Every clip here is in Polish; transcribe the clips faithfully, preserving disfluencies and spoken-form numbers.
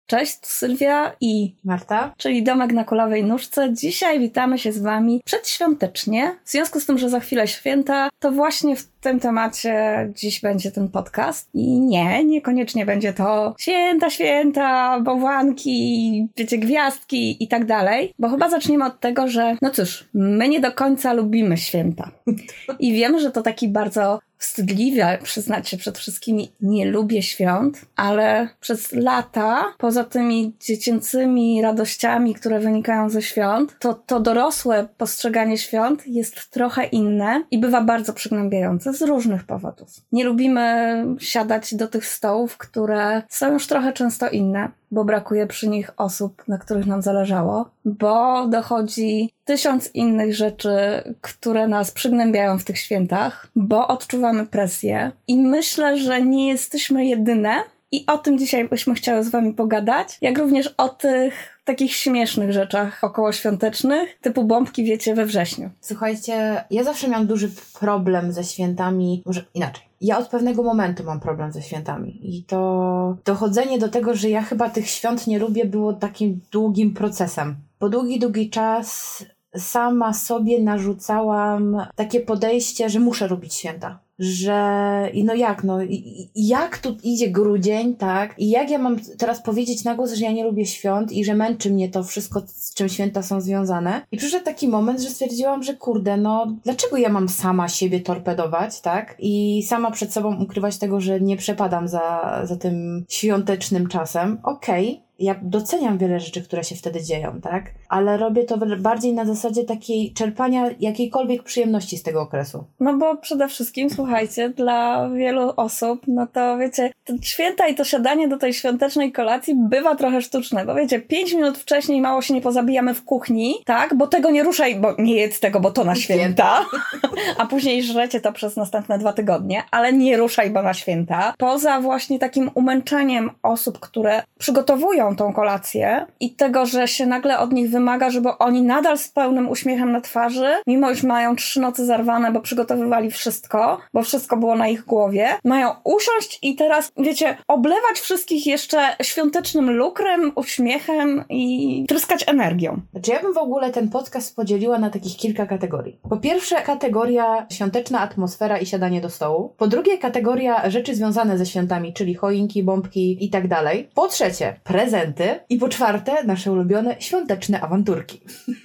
Cześć, tu Sylwia i Marta, czyli Domek na Kulawej Nóżce. Dzisiaj witamy się z Wami przedświątecznie. W związku z tym, że za chwilę święta, to właśnie w tym temacie dziś będzie ten podcast. I nie, niekoniecznie będzie to święta, święta, bałwanki, wiecie, gwiazdki i tak dalej. Bo chyba zaczniemy od tego, że no cóż, my nie do końca lubimy święta. I wiem, że to taki bardzo wstydliwie przyznać się przed wszystkimi, nie lubię świąt, ale przez lata, poza tymi dziecięcymi radościami, które wynikają ze świąt, to to dorosłe postrzeganie świąt jest trochę inne i bywa bardzo przygnębiające z różnych powodów. Nie lubimy siadać do tych stołów, które są już trochę często inne, bo brakuje przy nich osób, na których nam zależało, bo dochodzi tysiąc innych rzeczy, które nas przygnębiają w tych świętach, bo odczuwamy presję i myślę, że nie jesteśmy jedyne i o tym dzisiaj byśmy chciały z Wami pogadać, jak również o tych takich śmiesznych rzeczach okołoświątecznych, typu bombki, wiecie, we wrześniu. Słuchajcie, ja zawsze miałam duży problem ze świętami, może inaczej. Ja od pewnego momentu mam problem ze świętami i to dochodzenie do tego, że ja chyba tych świąt nie lubię, było takim długim procesem. Po długi, długi czas sama sobie narzucałam takie podejście, że muszę robić święta. Że i no jak, no i, i jak tu idzie grudzień, tak? I jak ja mam teraz powiedzieć na głos, że ja nie lubię świąt i że męczy mnie to wszystko, z czym święta są związane. I przyszedł taki moment, że stwierdziłam, że kurde, no dlaczego ja mam sama siebie torpedować, tak? I sama przed sobą ukrywać tego, że nie przepadam za, za tym świątecznym czasem. Okej. Okay. Ja doceniam wiele rzeczy, które się wtedy dzieją, tak? Ale robię to bardziej na zasadzie takiej czerpania jakiejkolwiek przyjemności z tego okresu. No bo przede wszystkim, słuchajcie, dla wielu osób, no to wiecie, to święta i to siadanie do tej świątecznej kolacji bywa trochę sztuczne, bo wiecie, pięć minut wcześniej mało się nie pozabijamy w kuchni, tak? Bo tego nie ruszaj, bo nie jedz tego, bo to na święta. A później żrecie to przez następne dwa tygodnie, ale nie ruszaj, bo na święta. Poza właśnie takim umęczeniem osób, które przygotowują tą kolację i tego, że się nagle od nich wymaga, żeby oni nadal z pełnym uśmiechem na twarzy, mimo już mają trzy noce zarwane, bo przygotowywali wszystko, bo wszystko było na ich głowie, mają usiąść i teraz, wiecie, oblewać wszystkich jeszcze świątecznym lukrem, uśmiechem i tryskać energią. Znaczy ja bym w ogóle ten podcast podzieliła na takich kilka kategorii. Po pierwsze kategoria świąteczna atmosfera i siadanie do stołu. Po drugie kategoria rzeczy związane ze świętami, czyli choinki, bombki i tak dalej. Po trzecie prezenty. I po czwarte, nasze ulubione świąteczne awanturki.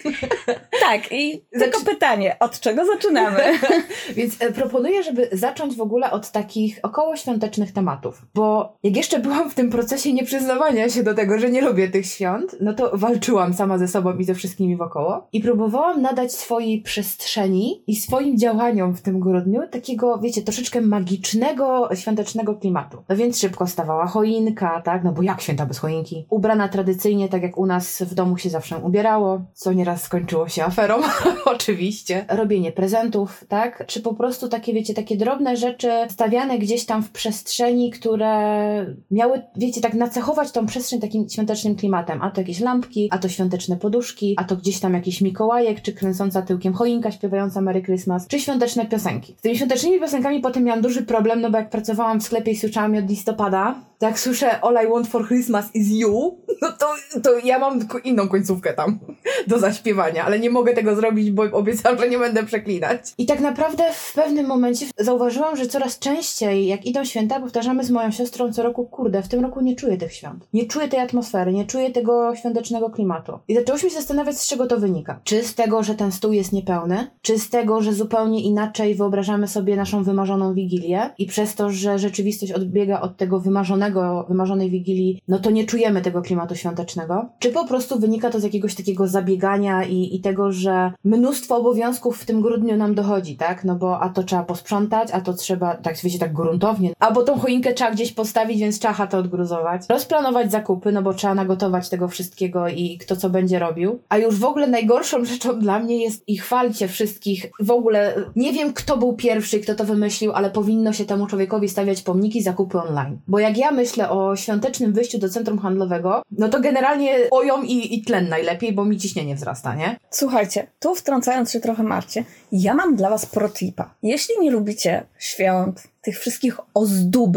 Tak, i tylko Zacz... pytanie, od czego zaczynamy? Więc e, proponuję, żeby zacząć w ogóle od takich okołoświątecznych tematów. Bo jak jeszcze byłam w tym procesie nieprzyznawania się do tego, że nie lubię tych świąt, no to walczyłam sama ze sobą i ze wszystkimi wokoło. I próbowałam nadać swojej przestrzeni i swoim działaniom w tym grudniu takiego, wiecie, troszeczkę magicznego, świątecznego klimatu. No więc szybko stawała choinka, tak? No bo jak święta bez choinki? Ubrana tradycyjnie, tak jak u nas w domu się zawsze ubierało, co nieraz skończyło się aferą, oczywiście. Robienie prezentów, tak? Czy po prostu takie, wiecie, takie drobne rzeczy stawiane gdzieś tam w przestrzeni, które miały, wiecie, tak nacechować tą przestrzeń takim świątecznym klimatem. A to jakieś lampki, a to świąteczne poduszki, a to gdzieś tam jakiś Mikołajek, czy kręcąca tyłkiem choinka śpiewająca Merry Christmas, czy świąteczne piosenki. Z tymi świątecznymi piosenkami potem miałam duży problem, no bo jak pracowałam w sklepie i słyszałam je od listopada, to jak słyszę All I Want for Christmas is You, no to, to ja mam tylko inną końcówkę tam do zaśpiewania, ale nie mogę tego zrobić, bo obiecałam, że nie będę przeklinać. I tak naprawdę w pewnym momencie zauważyłam, że coraz częściej, jak idą święta, powtarzamy z moją siostrą co roku, kurde, w tym roku nie czuję tych świąt. Nie czuję tej atmosfery, nie czuję tego świątecznego klimatu. I zaczęłyśmy się zastanawiać, z czego to wynika. Czy z tego, że ten stół jest niepełny? Czy z tego, że zupełnie inaczej wyobrażamy sobie naszą wymarzoną Wigilię i przez to, że rzeczywistość odbiega od tego wymarzonego, wymarzonej Wigilii, no to nie czujemy tego klimatu świątecznego? Czy po prostu wynika to z jakiegoś takiego zabiegania i, i tego, że mnóstwo obowiązków w tym grudniu nam dochodzi, tak? No bo a to trzeba posprzątać, a to trzeba, tak wiecie, tak gruntownie, albo tą choinkę trzeba gdzieś postawić, więc trzeba to odgruzować. Rozplanować zakupy, no bo trzeba nagotować tego wszystkiego i kto co będzie robił. A już w ogóle najgorszą rzeczą dla mnie jest i chwalcie wszystkich. W ogóle nie wiem, kto był pierwszy, kto to wymyślił, ale powinno się temu człowiekowi stawiać pomniki, zakupy online. Bo jak ja myślę o świątecznym wyjściu do centrum handlowego, no to generalnie oją i, i tlen najlepiej, bo mi ciśnienie wzrasta, nie? Słuchajcie, tu wtrącając się trochę Marcie, ja mam dla was pro tipa. Jeśli nie lubicie świąt, tych wszystkich ozdóbek,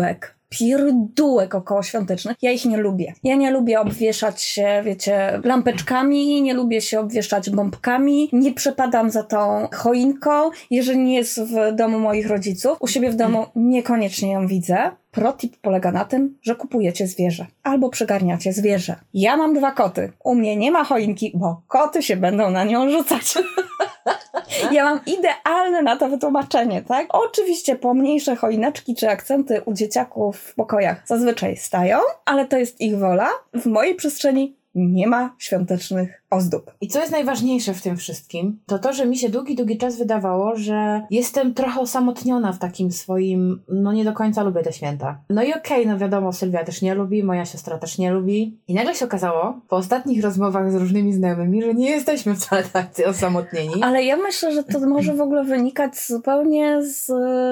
pierdółek okołoświątecznych. Ja ich nie lubię. Ja nie lubię obwieszać się, wiecie, lampeczkami, nie lubię się obwieszać bombkami, nie przepadam za tą choinką, jeżeli nie jest w domu moich rodziców. U siebie w domu niekoniecznie ją widzę. Protip polega na tym, że kupujecie zwierzę albo przygarniacie zwierzę. Ja mam dwa koty. U mnie nie ma choinki, bo koty się będą na nią rzucać. Ja mam idealne na to wytłumaczenie, tak? Oczywiście pomniejsze choineczki czy akcenty u dzieciaków w pokojach zazwyczaj stają, ale to jest ich wola. W mojej przestrzeni nie ma świątecznych ozdób. I co jest najważniejsze w tym wszystkim, to to, że mi się długi, długi czas wydawało, że jestem trochę osamotniona w takim swoim, no nie do końca lubię te święta. No i okej, okay, no wiadomo, Sylwia też nie lubi, moja siostra też nie lubi. I nagle się okazało, po ostatnich rozmowach z różnymi znajomymi, że nie jesteśmy wcale tacy osamotnieni. Ale ja myślę, że to może w ogóle wynikać zupełnie z...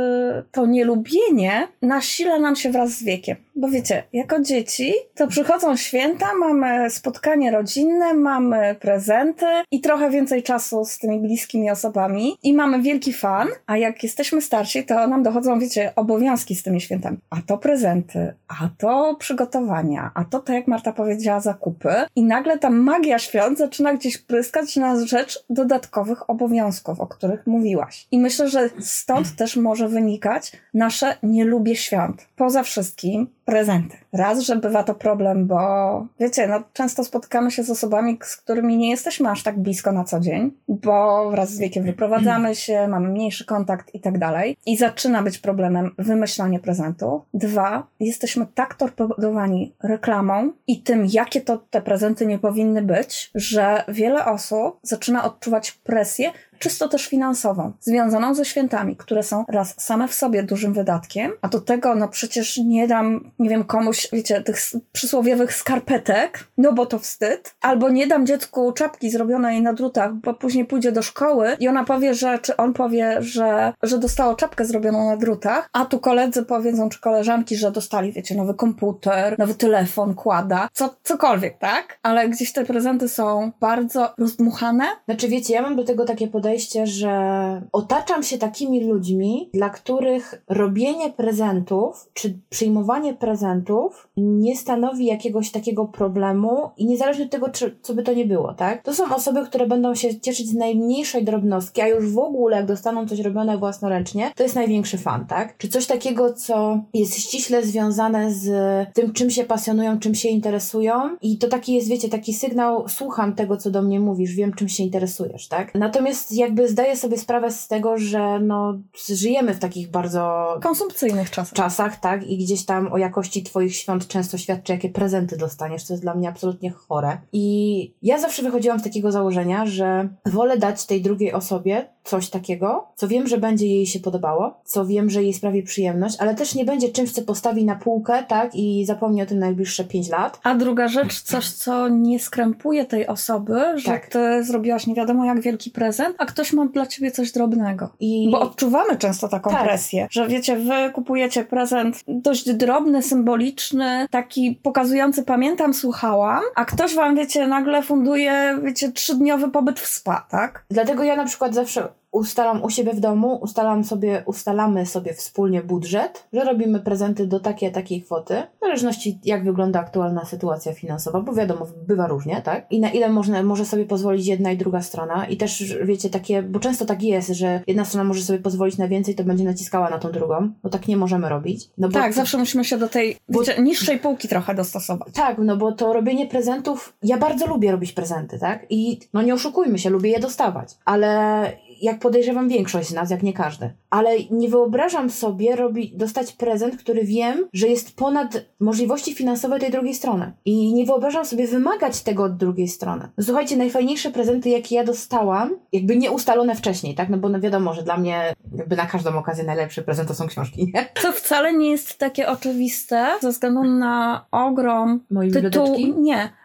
To nielubienie nasila nam się wraz z wiekiem. Bo wiecie, jako dzieci to przychodzą święta, mamy spotkanie rodzinne, mamy prezenty i trochę więcej czasu z tymi bliskimi osobami i mamy wielki fan, a jak jesteśmy starsi, to nam dochodzą, wiecie, obowiązki z tymi świętami. A to prezenty, a to przygotowania, a to, tak jak Marta powiedziała, zakupy i nagle ta magia świąt zaczyna gdzieś pryskać na rzecz dodatkowych obowiązków, o których mówiłaś. I myślę, że stąd też może wynikać nasze nie lubię świąt. Poza wszystkim prezenty. Raz, że bywa to problem, bo wiecie, no często spotykamy się z osobami, z którymi nie jesteśmy aż tak blisko na co dzień, bo wraz z wiekiem wyprowadzamy się, mamy mniejszy kontakt i tak dalej. I zaczyna być problemem wymyślanie prezentu. Dwa, jesteśmy tak torpedowani reklamą i tym, jakie to te prezenty nie powinny być, że wiele osób zaczyna odczuwać presję, czysto też finansową, związaną ze świętami, które są raz same w sobie dużym wydatkiem, a do tego no przecież nie dam, nie wiem, komuś, wiecie, tych przysłowiowych skarpetek, no bo to wstyd, albo nie dam dziecku czapki zrobionej na drutach, bo później pójdzie do szkoły i ona powie, że, czy on powie, że, że dostało czapkę zrobioną na drutach, a tu koledzy powiedzą, czy koleżanki, że dostali, wiecie, nowy komputer, nowy telefon, kłada, co, cokolwiek, tak? Ale gdzieś te prezenty są bardzo rozdmuchane. Znaczy wiecie, ja mam do tego takie podejście, że otaczam się takimi ludźmi, dla których robienie prezentów, czy przyjmowanie prezentów nie stanowi jakiegoś takiego problemu i niezależnie od tego, czy, co by to nie było, tak? To są osoby, które będą się cieszyć z najmniejszej drobnostki, a już w ogóle jak dostaną coś robione własnoręcznie, to jest największy fan, tak? Czy coś takiego, co jest ściśle związane z tym, czym się pasjonują, czym się interesują i to taki jest, wiecie, taki sygnał, słucham tego, co do mnie mówisz, wiem, czym się interesujesz, tak? Natomiast jakby zdaję sobie sprawę z tego, że no żyjemy w takich bardzo konsumpcyjnych czasach. czasach, tak? I gdzieś tam o jakości twoich świąt często świadczy, jakie prezenty dostaniesz, co jest dla mnie absolutnie chore. I ja zawsze wychodziłam z takiego założenia, że wolę dać tej drugiej osobie coś takiego, co wiem, że będzie jej się podobało, co wiem, że jej sprawi przyjemność, ale też nie będzie czymś, co postawi na półkę, tak? I zapomni o tym najbliższe pięć lat. A druga rzecz, coś, co nie skrępuje tej osoby, że tak. Ty zrobiłaś nie wiadomo jak wielki prezent, a ktoś ma dla ciebie coś drobnego. I... Bo odczuwamy często taką tak. presję, że wiecie, wy kupujecie prezent dość drobny, symboliczny, taki pokazujący pamiętam, słuchałam, a ktoś wam, wiecie, nagle funduje, wiecie, trzydniowy pobyt w spa, tak? Dlatego ja na przykład zawsze ustalam u siebie w domu, ustalam sobie, ustalamy sobie wspólnie budżet, że robimy prezenty do takiej, takiej kwoty, w zależności jak wygląda aktualna sytuacja finansowa, bo wiadomo, bywa różnie, tak? I na ile można, może sobie pozwolić jedna i druga strona i też, wiecie, takie, bo często tak jest, że jedna strona może sobie pozwolić na więcej, to będzie naciskała na tą drugą, bo tak nie możemy robić. No bo tak, to, zawsze musimy się do tej, wiecie, bo, niższej półki trochę dostosować. Tak, no bo to robienie prezentów, ja bardzo lubię robić prezenty, tak? I no nie oszukujmy się, lubię je dostawać, ale jak podejrzewam większość z nas, jak nie każdy. Ale nie wyobrażam sobie robi, dostać prezent, który wiem, że jest ponad możliwości finansowe tej drugiej strony. I nie wyobrażam sobie wymagać tego od drugiej strony. No, słuchajcie, najfajniejsze prezenty, jakie ja dostałam, jakby nie ustalone wcześniej, tak? No bo no wiadomo, że dla mnie jakby na każdą okazję najlepszy prezent to są książki, nie? Co wcale nie jest takie oczywiste, ze względu na ogrom Mojej tytułu. biblioteczki? Nie.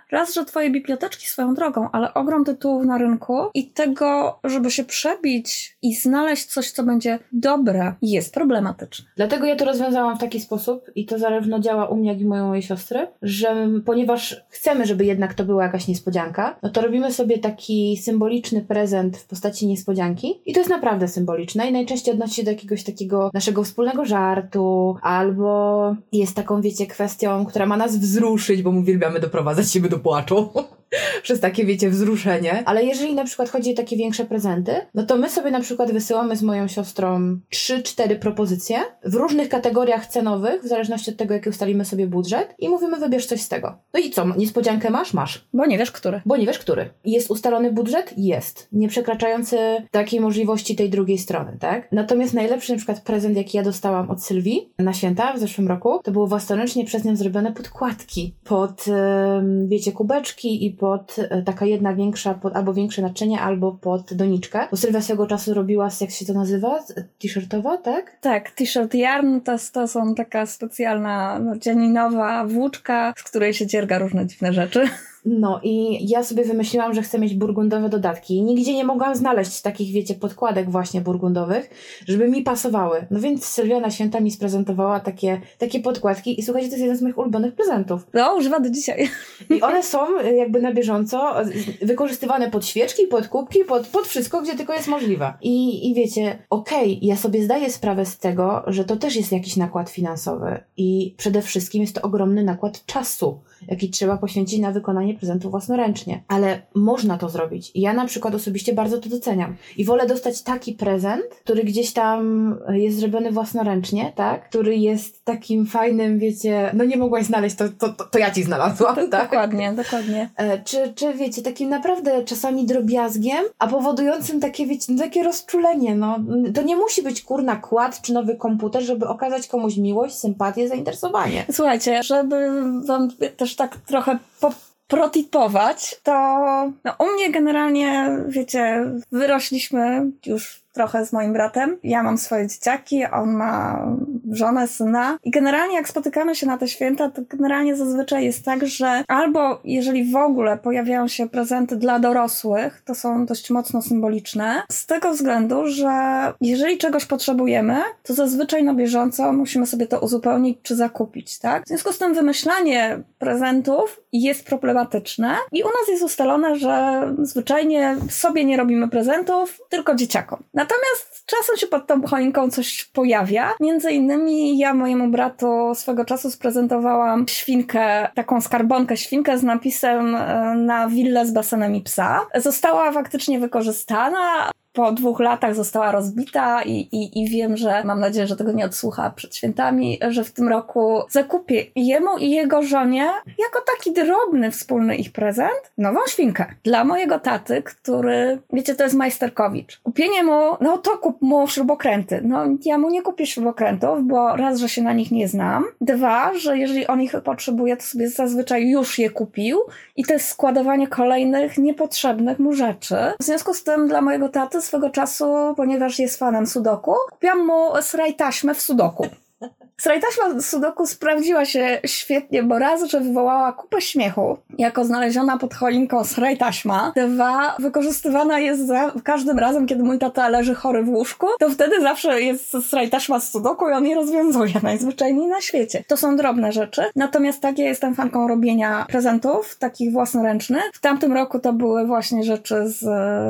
raz, że twojej biblioteczki swoją drogą, ale ogrom tytułów na rynku i tego, żeby się przebić i znaleźć coś, co będzie dobre, jest problematyczne. Dlatego ja to rozwiązałam w taki sposób i to zarówno działa u mnie, jak i u mojej siostry, że ponieważ chcemy, żeby jednak to była jakaś niespodzianka, no to robimy sobie taki symboliczny prezent w postaci niespodzianki i to jest naprawdę symboliczne i najczęściej odnosi się do jakiegoś takiego naszego wspólnego żartu albo jest taką, wiecie, kwestią, która ma nas wzruszyć, bo my uwielbiamy doprowadzać siebie do płaczu. Przez takie, wiecie, wzruszenie. Ale jeżeli na przykład chodzi o takie większe prezenty, no to my sobie na przykład wysyłamy z moją siostrą trzy cztery propozycje w różnych kategoriach cenowych, w zależności od tego, jaki ustalimy sobie budżet i mówimy, wybierz coś z tego. No i co? Niespodziankę masz? Masz. Bo nie wiesz, który. Bo nie wiesz, który. Jest ustalony budżet? Jest. Nie przekraczający takiej możliwości tej drugiej strony, tak? Natomiast najlepszy na przykład prezent, jaki ja dostałam od Sylwii na święta w zeszłym roku, to było własnoręcznie przez nią zrobione podkładki pod, yy, wiecie, kubeczki i pod taka jedna większa, pod, albo większe naczynie, albo pod doniczkę. Bo Sylwia swego czasu robiła, jak się to nazywa? T-shirtowa, tak? Tak, t-shirt yarn to, to są taka specjalna no, dzianinowa włóczka, z której się dzierga różne dziwne rzeczy. No i ja sobie wymyśliłam, że chcę mieć burgundowe dodatki i nigdzie nie mogłam znaleźć takich, wiecie, podkładek właśnie burgundowych, żeby mi pasowały. No więc Sylwia na święta mi sprezentowała takie, takie podkładki i słuchajcie, to jest jeden z moich ulubionych prezentów. No, używa do dzisiaj. I one są jakby na bieżąco wykorzystywane pod świeczki, pod kubki, pod, pod wszystko, gdzie tylko jest możliwe. I, i wiecie, okej, okay, ja sobie zdaję sprawę z tego, że to też jest jakiś nakład finansowy i przede wszystkim jest to ogromny nakład czasu, jaki trzeba poświęcić na wykonanie prezentu własnoręcznie. Ale można to zrobić. I ja na przykład osobiście bardzo to doceniam. I wolę dostać taki prezent, który gdzieś tam jest zrobiony własnoręcznie, tak? Który jest takim fajnym, wiecie, no nie mogłaś znaleźć, to, to, to, to ja ci znalazłam, tak? Dokładnie, dokładnie. E, czy, czy wiecie, takim naprawdę czasami drobiazgiem, a powodującym takie, wiecie, no, takie rozczulenie, no. To nie musi być kurna kład czy nowy komputer, żeby okazać komuś miłość, sympatię, zainteresowanie. Słuchajcie, żeby wam też tak trochę po protipować, to no, u mnie generalnie, wiecie, wyrośliśmy już trochę z moim bratem. Ja mam swoje dzieciaki, on ma żonę, syna i generalnie jak spotykamy się na te święta, to generalnie zazwyczaj jest tak, że albo jeżeli w ogóle pojawiają się prezenty dla dorosłych, to są dość mocno symboliczne, z tego względu, że jeżeli czegoś potrzebujemy, to zazwyczaj na bieżąco musimy sobie to uzupełnić czy zakupić, tak? W związku z tym wymyślanie prezentów jest problematyczne i u nas jest ustalone, że zwyczajnie sobie nie robimy prezentów, tylko dzieciakom. Natomiast czasem się pod tą choinką coś pojawia. Między innymi ja mojemu bratu swego czasu sprezentowałam świnkę, taką skarbonkę świnkę z napisem na willę z basenem i psa. Została faktycznie wykorzystana. Po dwóch latach została rozbita i, i, i wiem, że mam nadzieję, że tego nie odsłucha przed świętami, że w tym roku zakupię jemu i jego żonie jako taki drobny wspólny ich prezent nową świnkę. Dla mojego taty, który, wiecie, to jest majsterkowicz. Kupienie mu, no to kup mu śrubokręty. No ja mu nie kupię śrubokrętów, bo raz, że się na nich nie znam. Dwa, że jeżeli on ich potrzebuje, to sobie zazwyczaj już je kupił i to jest składowanie kolejnych niepotrzebnych mu rzeczy. W związku z tym dla mojego taty swego czasu, ponieważ jest fanem sudoku, kupiłam mu sraj taśmę w sudoku. Sraj taśma sudoku sprawdziła się świetnie, bo raz, że wywołała kupę śmiechu, jako znaleziona pod choinką sraj taśma. Dwa, wykorzystywana jest za każdym razem, kiedy mój tata leży chory w łóżku, to wtedy zawsze jest sraj taśma z sudoku i on je rozwiązuje najzwyczajniej na świecie. To są drobne rzeczy. Natomiast tak, ja jestem fanką robienia prezentów, takich własnoręcznych. W tamtym roku to były właśnie rzeczy z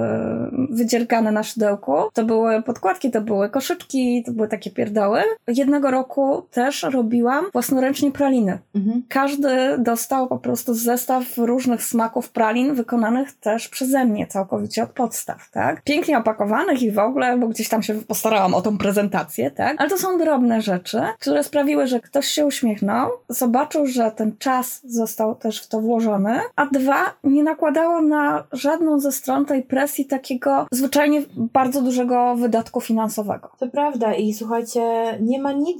wydziergane na szydełku. To były podkładki, to były koszyczki, to były takie pierdoły. Jednego roku też robiłam własnoręcznie praliny. Mhm. Każdy dostał po prostu zestaw różnych smaków pralin wykonanych też przeze mnie, całkowicie od podstaw, tak? Pięknie opakowanych i w ogóle, bo gdzieś tam się postarałam o tą prezentację, tak? Ale to są drobne rzeczy, które sprawiły, że ktoś się uśmiechnął, zobaczył, że ten czas został też w to włożony, a dwa, nie nakładało na żadną ze stron tej presji takiego zwyczajnie bardzo dużego wydatku finansowego. To prawda i słuchajcie, nie ma nic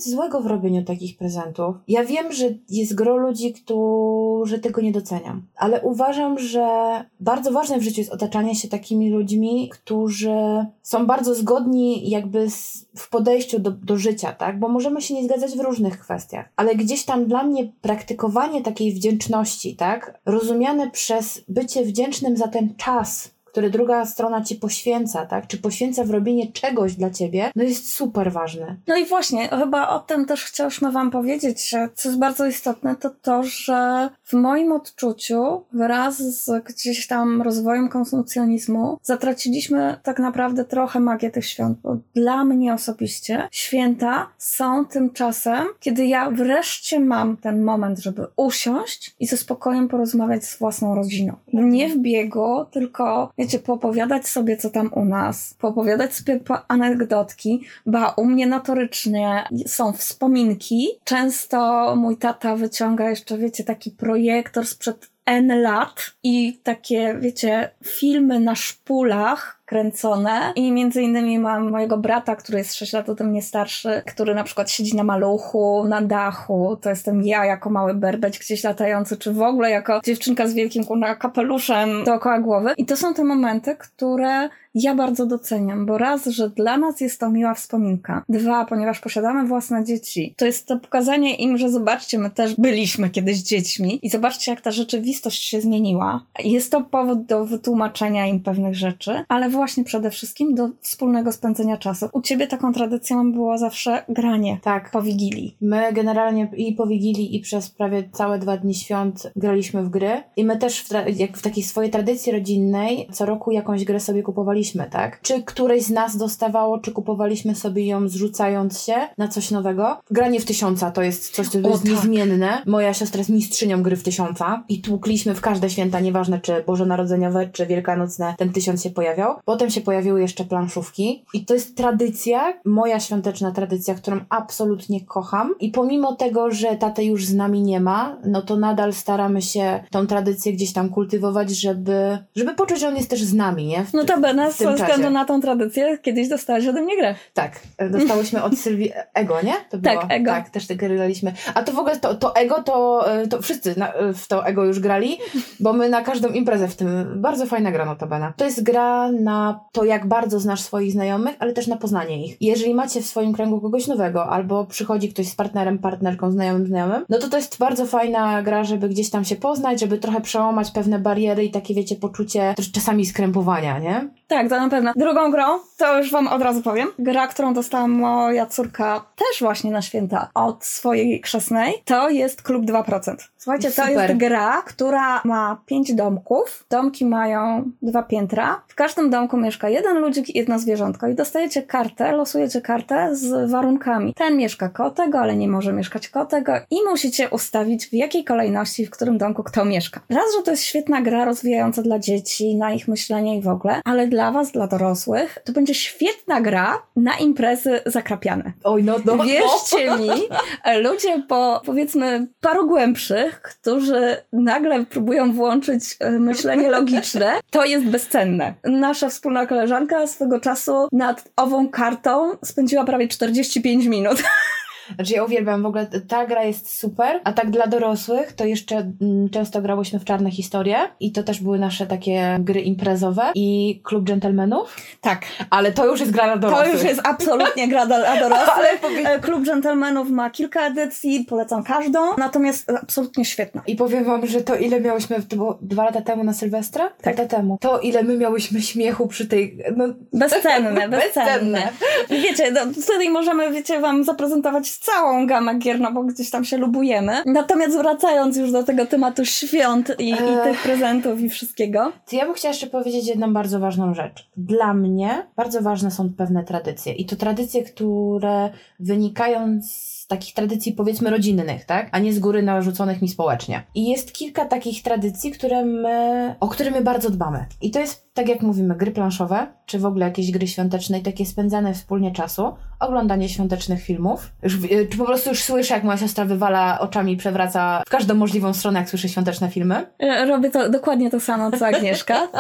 nic złego w robieniu takich prezentów. Ja wiem, że jest gro ludzi, którzy tego nie doceniam, ale uważam, że bardzo ważne w życiu jest otaczanie się takimi ludźmi, którzy są bardzo zgodni jakby z, w podejściu do, do życia, tak? Bo możemy się nie zgadzać w różnych kwestiach, ale gdzieś tam dla mnie praktykowanie takiej wdzięczności, tak? Rozumiane przez bycie wdzięcznym za ten czas, który druga strona ci poświęca, tak? Czy poświęca w robienie czegoś dla ciebie, no jest super ważne. No i właśnie, chyba o tym też chciałyśmy wam powiedzieć, że co jest bardzo istotne, to to, że w moim odczuciu wraz z gdzieś tam rozwojem konsumpcjonizmu zatraciliśmy tak naprawdę trochę magię tych świąt, bo dla mnie osobiście święta są tym czasem, kiedy ja wreszcie mam ten moment, żeby usiąść i ze spokojem porozmawiać z własną rodziną. Nie w biegu, tylko wiecie, poopowiadać sobie, co tam u nas, poopowiadać sobie anegdotki, ba, u mnie notorycznie są wspominki. Często mój tata wyciąga jeszcze, wiecie, taki projektor sprzed N lat i takie, wiecie, filmy na szpulach kręcone i między innymi mam mojego brata, który jest sześć lat ode mnie starszy, który na przykład siedzi na maluchu, na dachu, to jestem ja jako mały berbeć gdzieś latający, czy w ogóle jako dziewczynka z wielkim kurna kapeluszem dookoła głowy. I to są te momenty, które ja bardzo doceniam, bo raz, że dla nas jest to miła wspominka. Dwa, ponieważ posiadamy własne dzieci, to jest to pokazanie im, że zobaczcie, my też byliśmy kiedyś dziećmi i zobaczcie, jak ta rzeczywistość się zmieniła. Jest to powód do wytłumaczenia im pewnych rzeczy, ale właśnie przede wszystkim do wspólnego spędzenia czasu. U ciebie taką tradycją było zawsze granie. Tak. Po Wigilii. My generalnie i po Wigilii i przez prawie całe dwa dni świąt graliśmy w gry i my też w, tra- jak w takiej swojej tradycji rodzinnej co roku jakąś grę sobie kupowaliśmy, tak? Czy któreś z nas dostawało, czy kupowaliśmy sobie ją zrzucając się na coś nowego. Granie w tysiąca to jest coś, co jest tak. niezmienne. Moja siostra jest mistrzynią gry w tysiąca i tłukliśmy w każde święta, nieważne czy bożonarodzeniowe, czy wielkanocne, ten tysiąc się pojawiał. Potem się pojawiły jeszcze planszówki i to jest tradycja, moja świąteczna tradycja, którą absolutnie kocham i pomimo tego, że taty już z nami nie ma, no to nadal staramy się tą tradycję gdzieś tam kultywować, żeby, żeby poczuć, że on jest też z nami, nie? W, Notabene, w tym ze względu czasie. na tą tradycję, kiedyś dostałaś ode mnie grę. Tak, dostałyśmy od Sylwii Ego, nie? To było, tak, Ego. Tak, też tego graliśmy. A to w ogóle to, to Ego, to, to wszyscy na, w to Ego już grali, bo my na każdą imprezę w tym, bardzo fajna gra notabene. To jest gra na to, jak bardzo znasz swoich znajomych, ale też na poznanie ich. Jeżeli macie w swoim kręgu kogoś nowego, albo przychodzi ktoś z partnerem, partnerką, znajomym, znajomym, no to to jest bardzo fajna gra, żeby gdzieś tam się poznać, żeby trochę przełamać pewne bariery i takie, wiecie, poczucie też czasami skrępowania, nie? Tak, to na pewno. Drugą grą, to już wam od razu powiem, gra, którą dostała moja córka też właśnie na święta od swojej chrzestnej, to jest Klub dwa procent. Słuchajcie, to Super. jest gra, która ma pięć domków. Domki mają dwa piętra. W każdym domku mieszka jeden ludzik i jedno zwierzątko i dostajecie kartę, losujecie kartę z warunkami. Ten mieszka koło tego, ale nie może mieszkać koło tego i musicie ustawić, w jakiej kolejności, w którym domku kto mieszka. Raz, że to jest świetna gra rozwijająca dla dzieci, na ich myślenie i w ogóle, ale dla was, dla dorosłych, to będzie świetna gra na imprezy zakrapiane. Oj, no, no, Wierzcie no. mi, ludzie po, powiedzmy, paru głębszych, którzy nagle próbują włączyć e, myślenie logiczne, to jest bezcenne. Nasza wspólna koleżanka swego czasu nad ową kartą spędziła prawie czterdzieści pięć minut. Znaczy ja uwielbiam, w ogóle ta gra jest super, a tak dla dorosłych to jeszcze mm, często grałyśmy w Czarne Historie i to też były nasze takie gry imprezowe i Klub Dżentelmenów. Tak. Ale to już jest gra dla dorosłych. To już jest absolutnie gra dla dorosłych. Ale powie- Klub Dżentelmenów ma kilka edycji, polecam każdą, natomiast absolutnie świetna. I powiem wam, że to ile miałyśmy, to było dwa lata temu na Sylwestra? Tak. Dwa lata temu. To ile my miałyśmy śmiechu przy tej... No, Bezcenne, bezcenne. Bezcenne. I wiecie, no, wtedy możemy, wiecie, wam zaprezentować całą gamę gier, no bo gdzieś tam się lubujemy. Natomiast wracając już do tego tematu świąt i, i tych prezentów i wszystkiego. To ja bym chciała jeszcze powiedzieć jedną bardzo ważną rzecz. Dla mnie bardzo ważne są pewne tradycje. I to tradycje, które wynikają z takich tradycji, powiedzmy, rodzinnych, tak? A nie z góry narzuconych mi społecznie. I jest kilka takich tradycji, które my, o które my bardzo dbamy. I to jest, tak jak mówimy, gry planszowe, czy w ogóle jakieś gry świąteczne i takie spędzane wspólnie czasu, oglądanie świątecznych filmów. Już, czy po prostu już słyszę, jak moja siostra wywala oczami i przewraca w każdą możliwą stronę, jak słyszy świąteczne filmy. Robię to dokładnie to samo, co Agnieszka.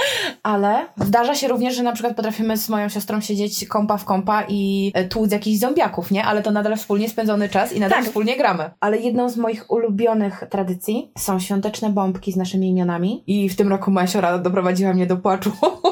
Ale zdarza się również, że na przykład potrafimy z moją siostrą siedzieć kąpa w kąpa i tłuc jakichś zombiaków, nie? Ale to nadal wspólnie spędzamy spędzony czas i nadal tak. wspólnie gramy. Ale jedną z moich ulubionych tradycji są świąteczne bombki z naszymi imionami i w tym roku moja siora doprowadziła mnie do płaczu.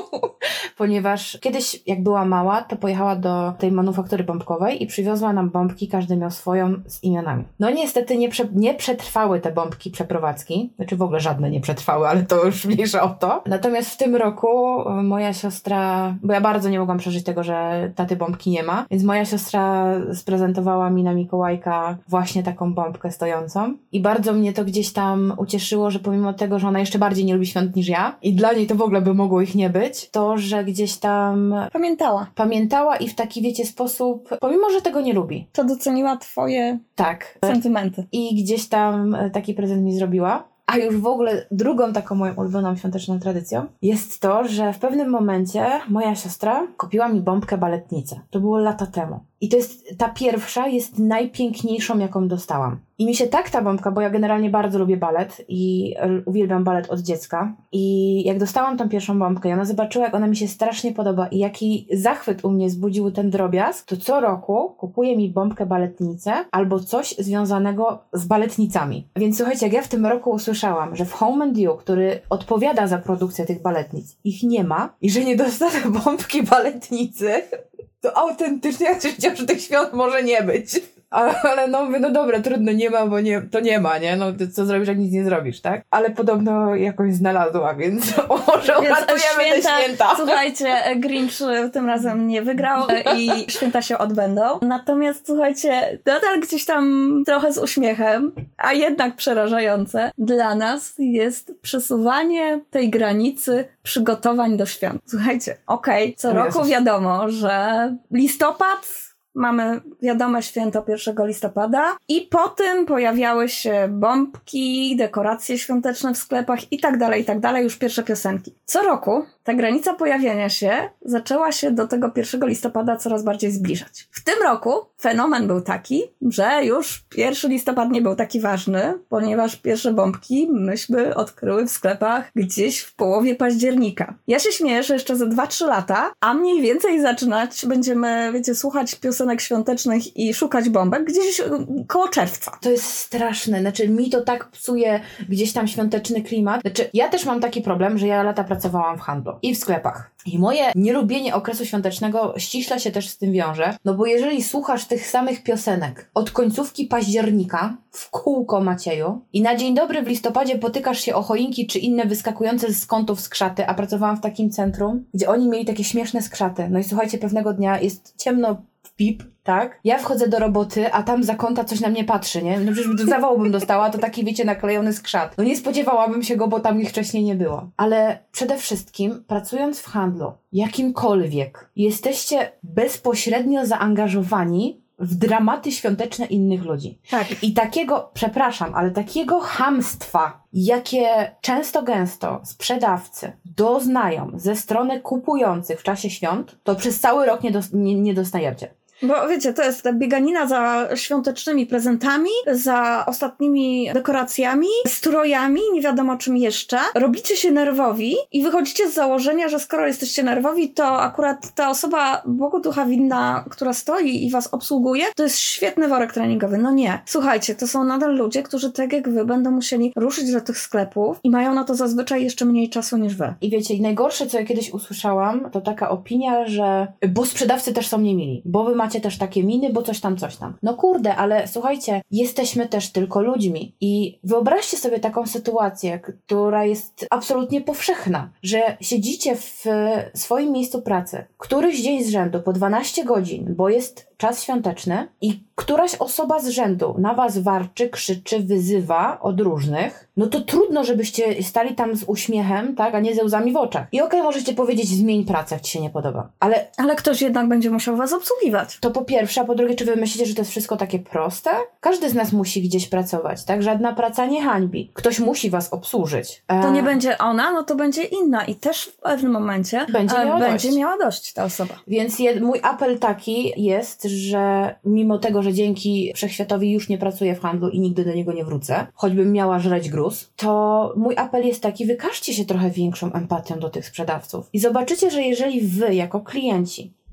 Ponieważ kiedyś, jak była mała, to pojechała do tej manufaktury bombkowej i przywiozła nam bombki, każdy miał swoją z imionami. No niestety nie, prze, nie przetrwały te bombki przeprowadzki, znaczy w ogóle żadne nie przetrwały, ale to już mniejsza o to. Natomiast w tym roku moja siostra, bo ja bardzo nie mogłam przeżyć tego, że taty bombki nie ma, więc moja siostra sprezentowała mi na Mikołajka właśnie taką bombkę stojącą i bardzo mnie to gdzieś tam ucieszyło, że pomimo tego, że ona jeszcze bardziej nie lubi świąt niż ja i dla niej to w ogóle by mogło ich nie być, to, że gdzieś tam Pamiętała. Pamiętała i w taki, wiecie, sposób, pomimo, że tego nie lubi. To doceniła twoje tak. sentymenty. I gdzieś tam taki prezent mi zrobiła. A już w ogóle drugą taką moją ulubioną świąteczną tradycją jest to, że w pewnym momencie moja siostra kupiła mi bombkę baletnicę. To było lata temu. I to jest, ta pierwsza jest najpiękniejszą, jaką dostałam. I mi się tak ta bombka, bo ja generalnie bardzo lubię balet i uwielbiam balet od dziecka. I jak dostałam tą pierwszą bombkę i ona zobaczyła, jak ona mi się strasznie podoba i jaki zachwyt u mnie zbudził ten drobiazg, to co roku kupuje mi bombkę baletnicę albo coś związanego z baletnicami. Więc słuchajcie, jak ja w tym roku usłyszałam, że w Home and You, który odpowiada za produkcję tych baletnic, ich nie ma i że nie dostanę bombki baletnicy, to autentycznie ja wiedziałam, że tych świąt może nie być. Ale no mówię, no dobra, trudno, nie ma, bo nie, to nie ma, nie? No co zrobisz, jak nic nie zrobisz, tak? Ale podobno jakoś znalazła, więc może uratujemy te święta. Słuchajcie, Grinch tym razem nie wygrał i święta się odbędą. Natomiast słuchajcie, nadal gdzieś tam trochę z uśmiechem, a jednak przerażające dla nas jest przesuwanie tej granicy przygotowań do świąt. Słuchajcie, okej, okay, co roku Jezus. Wiadomo, że listopad mamy wiadome święto pierwszego listopada i po tym pojawiały się bombki, dekoracje świąteczne w sklepach i tak dalej, i tak dalej, już pierwsze piosenki. Co roku ta granica pojawiania się zaczęła się do tego pierwszego listopada coraz bardziej zbliżać. W tym roku fenomen był taki, że już pierwszy listopad nie był taki ważny, ponieważ pierwsze bombki myśmy odkryły w sklepach gdzieś w połowie października. Ja się śmieję, że jeszcze za dwa trzy lata, a mniej więcej zaczynać będziemy, wiecie, słuchać piosenek świątecznych i szukać bombek gdzieś koło czerwca. To jest straszne, znaczy mi to tak psuje gdzieś tam świąteczny klimat. Znaczy ja też mam taki problem, że ja lata pracowałam w handlu i w sklepach. I moje nielubienie okresu świątecznego ściśle się też z tym wiąże, no bo jeżeli słuchasz tych samych piosenek od końcówki października w kółko, Macieju, i na dzień dobry w listopadzie potykasz się o choinki czy inne wyskakujące z kątów skrzaty, a pracowałam w takim centrum, gdzie oni mieli takie śmieszne skrzaty. No i słuchajcie, pewnego dnia jest ciemno w pip, tak? Ja wchodzę do roboty, a tam za kąta coś na mnie patrzy, nie? No przecież zawału bym dostała, to taki, wiecie, naklejony skrzat. No nie spodziewałabym się go, bo tam ich wcześniej nie było. Ale przede wszystkim, pracując w handlu, jakimkolwiek, jesteście bezpośrednio zaangażowani w dramaty świąteczne innych ludzi. Tak. I takiego, przepraszam, ale takiego chamstwa, jakie często gęsto sprzedawcy doznają ze strony kupujących w czasie świąt, to przez cały rok nie, dos- nie, nie dostajecie. Bo wiecie, to jest ta bieganina za świątecznymi prezentami, za ostatnimi dekoracjami, strojami, nie wiadomo czym jeszcze. Robicie się nerwowi i wychodzicie z założenia, że skoro jesteście nerwowi, to akurat ta osoba Bogu ducha winna, która stoi i was obsługuje, to jest świetny worek treningowy. No nie. Słuchajcie, to są nadal ludzie, którzy tak jak wy będą musieli ruszyć do tych sklepów i mają na to zazwyczaj jeszcze mniej czasu niż wy. I wiecie, najgorsze, co ja kiedyś usłyszałam, to taka opinia, że bo sprzedawcy też są niemili, bo wy macie też takie miny, bo coś tam, coś tam. No kurde, ale słuchajcie, jesteśmy też tylko ludźmi i wyobraźcie sobie taką sytuację, która jest absolutnie powszechna, że siedzicie w swoim miejscu pracy któryś dzień z rzędu po dwanaście godzin, bo jest czas świąteczny i któraś osoba z rzędu na was warczy, krzyczy, wyzywa od różnych, no to trudno, żebyście stali tam z uśmiechem, tak, a nie ze łzami w oczach. I okej, okay, możecie powiedzieć, zmień pracę, jak ci się nie podoba. Ale... Ale ktoś jednak będzie musiał was obsługiwać. To po pierwsze, a po drugie, czy wy myślicie, że to jest wszystko takie proste? Każdy z nas musi gdzieś pracować, tak? Żadna praca nie hańbi. Ktoś musi was obsłużyć. E... To nie będzie ona, no to będzie inna i też w pewnym momencie będzie miała, będzie dość. miała dość ta osoba. Więc je, mój apel taki jest, że mimo tego, że dzięki Wszechświatowi już nie pracuję w handlu i nigdy do niego nie wrócę, choćbym miała żreć gruz, to mój apel jest taki, wykażcie się trochę większą empatią do tych sprzedawców. I zobaczycie, że jeżeli wy jako klienci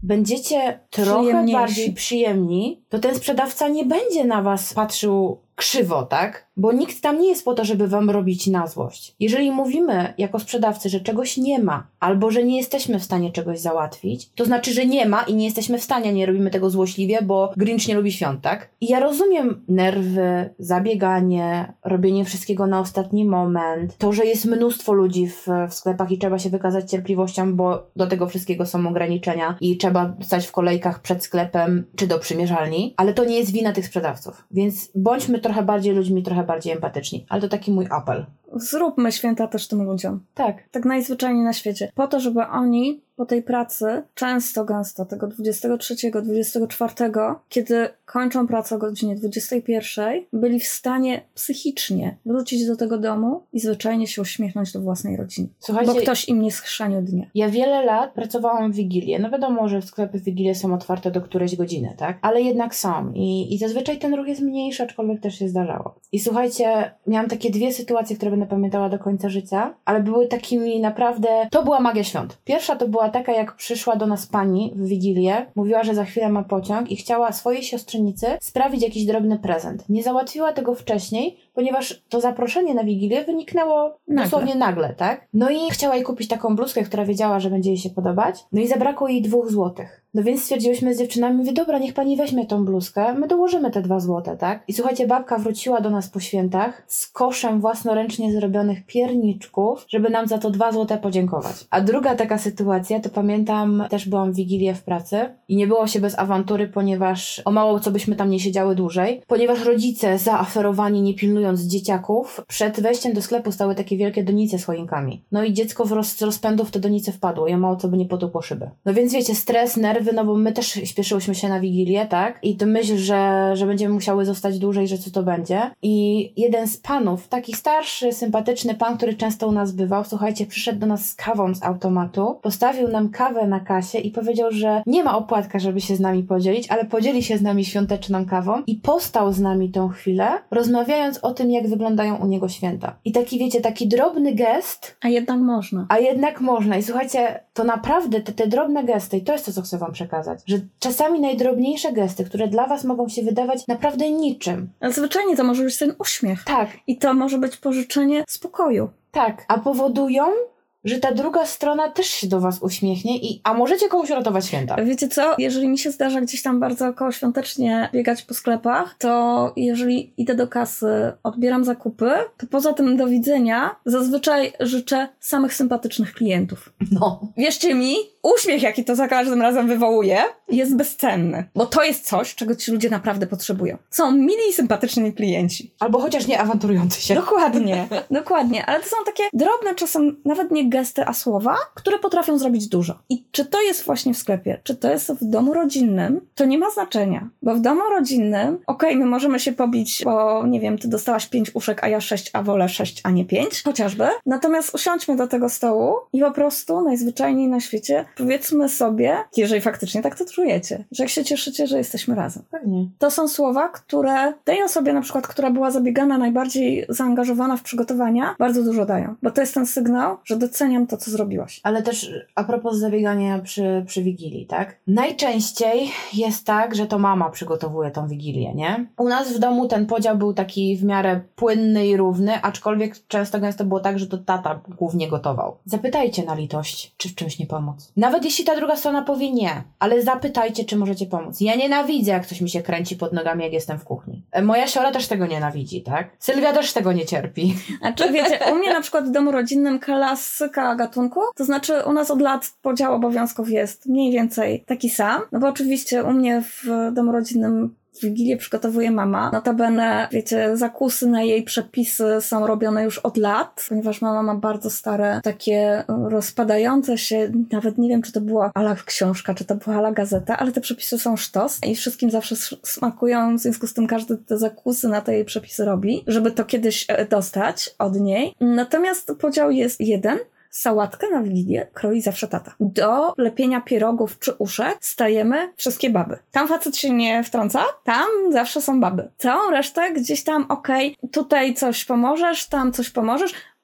będziecie trochę bardziej przyjemni, to ten sprzedawca nie będzie na was patrzył krzywo, tak? Bo nikt tam nie jest po to, żeby wam robić na złość. Jeżeli mówimy jako sprzedawcy, że czegoś nie ma, albo że nie jesteśmy w stanie czegoś załatwić, to znaczy, że nie ma i nie jesteśmy w stanie, nie robimy tego złośliwie, bo Grinch nie lubi świąt, tak? I ja rozumiem nerwy, zabieganie, robienie wszystkiego na ostatni moment, to, że jest mnóstwo ludzi w, w sklepach i trzeba się wykazać cierpliwością, bo do tego wszystkiego są ograniczenia i trzeba stać w kolejkach przed sklepem czy do przymierzalni, ale to nie jest wina tych sprzedawców. Więc bądźmy trochę bardziej ludźmi, trochę bardziej empatyczni. Ale to taki mój apel. Zróbmy święta też tym ludziom. Tak. Tak najzwyczajniej na świecie. Po to, żeby oni po tej pracy, często gęsto, tego dwudziestego trzeciego, dwudziestego czwartego, kiedy kończą pracę o godzinie dwudziestej pierwszej, byli w stanie psychicznie wrócić do tego domu i zwyczajnie się uśmiechnąć do własnej rodziny. Słuchajcie, bo ktoś im nie schrzanił dnia. Ja wiele lat pracowałam w Wigilię. No wiadomo, że sklepy w Wigilię są otwarte do którejś godziny, tak? Ale jednak są. I, i zazwyczaj ten ruch jest mniejszy, aczkolwiek też się zdarzało. I słuchajcie, miałam takie dwie sytuacje, które będę pamiętała do końca życia, ale były takimi naprawdę... To była magia świąt. Pierwsza to była taka, jak przyszła do nas pani w Wigilię, mówiła, że za chwilę ma pociąg i chciała swojej siostrzenicy sprawić jakiś drobny prezent. Nie załatwiła tego wcześniej, ponieważ to zaproszenie na Wigilię wyniknęło nagle. dosłownie nagle, tak? No i chciała jej kupić taką bluzkę, która wiedziała, że będzie jej się podobać. No i zabrakło jej dwóch złotych. No więc stwierdziłyśmy z dziewczynami, mówię, dobra, niech pani weźmie tą bluzkę, my dołożymy te dwa złote, tak? I słuchajcie, babka wróciła do nas po świętach z koszem własnoręcznie zrobionych pierniczków, żeby nam za to dwa złote podziękować. A druga taka sytuacja, to pamiętam, też byłam w Wigilię w pracy i nie było się bez awantury, ponieważ o mało co byśmy tam nie siedziały dłużej, ponieważ rodzice zaaferowani, nie pilnując dzieciaków, przed wejściem do sklepu stały takie wielkie donice z choinkami. No i dziecko w roz, z rozpędu w te donice wpadło i o mało co by nie potupło szyby. No więc wiecie, stres, nerwy, no bo my też śpieszyłyśmy się na Wigilię, tak? I to myśl, że, że będziemy musiały zostać dłużej, że co to będzie. I jeden z panów, taki starszy, sympatyczny pan, który często u nas bywał, słuchajcie, przyszedł do nas z kawą z automatu, postawił nam kawę na kasie i powiedział, że nie ma opłatka, żeby się z nami podzielić, ale podzieli się z nami świąteczną kawą i postał z nami tą chwilę, rozmawiając o tym, jak wyglądają u niego święta. I taki, wiecie, taki drobny gest. A jednak można. A jednak można. I słuchajcie, to naprawdę te, te drobne gesty, i to jest to, co chcę wam przekazać, że czasami najdrobniejsze gesty, które dla was mogą się wydawać naprawdę niczym. Ale zwyczajnie to może być ten uśmiech. Tak. I to może być pożyczenie spokoju. Tak. A powodują, że ta druga strona też się do was uśmiechnie i a możecie komuś uratować święta. Wiecie co? Jeżeli mi się zdarza gdzieś tam bardzo okołoświątecznie biegać po sklepach, to jeżeli idę do kasy, odbieram zakupy, to poza tym do widzenia zazwyczaj życzę samych sympatycznych klientów. No. Wierzcie mi, uśmiech, jaki to za każdym razem wywołuje, jest bezcenny. Bo to jest coś, czego ci ludzie naprawdę potrzebują. Są mili i sympatyczni klienci. Albo chociaż nie awanturujący się. Dokładnie. Dokładnie. Ale to są takie drobne, czasem nawet nie gesty, a słowa, które potrafią zrobić dużo. I czy to jest właśnie w sklepie, czy to jest w domu rodzinnym, to nie ma znaczenia. Bo w domu rodzinnym, okej, okay, my możemy się pobić, bo nie wiem, ty dostałaś pięć uszek, a ja sześć, a wolę sześć, a nie pięć, chociażby. Natomiast usiądźmy do tego stołu i po prostu najzwyczajniej na świecie powiedzmy sobie, jeżeli faktycznie tak to czujecie, że jak się cieszycie, że jesteśmy razem. Pewnie. To są słowa, które tej osobie na przykład, która była zabiegana, najbardziej zaangażowana w przygotowania, bardzo dużo dają. Bo to jest ten sygnał, że doceniam to, co zrobiłaś. Ale też a propos zabiegania przy, przy Wigilii, tak? Najczęściej jest tak, że to mama przygotowuje tą Wigilię, nie? U nas w domu ten podział był taki w miarę płynny i równy, aczkolwiek często gęsto było tak, że to tata głównie gotował. Zapytajcie na litość, czy w czymś nie pomóc. Nawet jeśli ta druga strona powie nie, ale zapytajcie, czy możecie pomóc. Ja nienawidzę, jak coś mi się kręci pod nogami, jak jestem w kuchni. Moja siora też tego nienawidzi, tak? Sylwia też tego nie cierpi. A czy wiecie, u mnie na przykład w domu rodzinnym klasyka gatunku, to znaczy u nas od lat podział obowiązków jest mniej więcej taki sam, no bo oczywiście u mnie w domu rodzinnym w Wigilię przygotowuje mama. Notabene, wiecie, zakusy na jej przepisy są robione już od lat, ponieważ mama ma bardzo stare, takie rozpadające się, nawet nie wiem, czy to była ala książka, czy to była ala gazeta, ale te przepisy są sztos i wszystkim zawsze smakują, w związku z tym każdy te zakusy na te jej przepisy robi, żeby to kiedyś dostać od niej. Natomiast podział jest jeden. Sałatkę na Wigilię kroi zawsze tata. Do lepienia pierogów czy uszek stajemy wszystkie baby. Tam facet się nie wtrąca, tam zawsze są baby. Całą resztę gdzieś tam, okej, okay, tutaj coś pomożesz, tam coś pomożesz.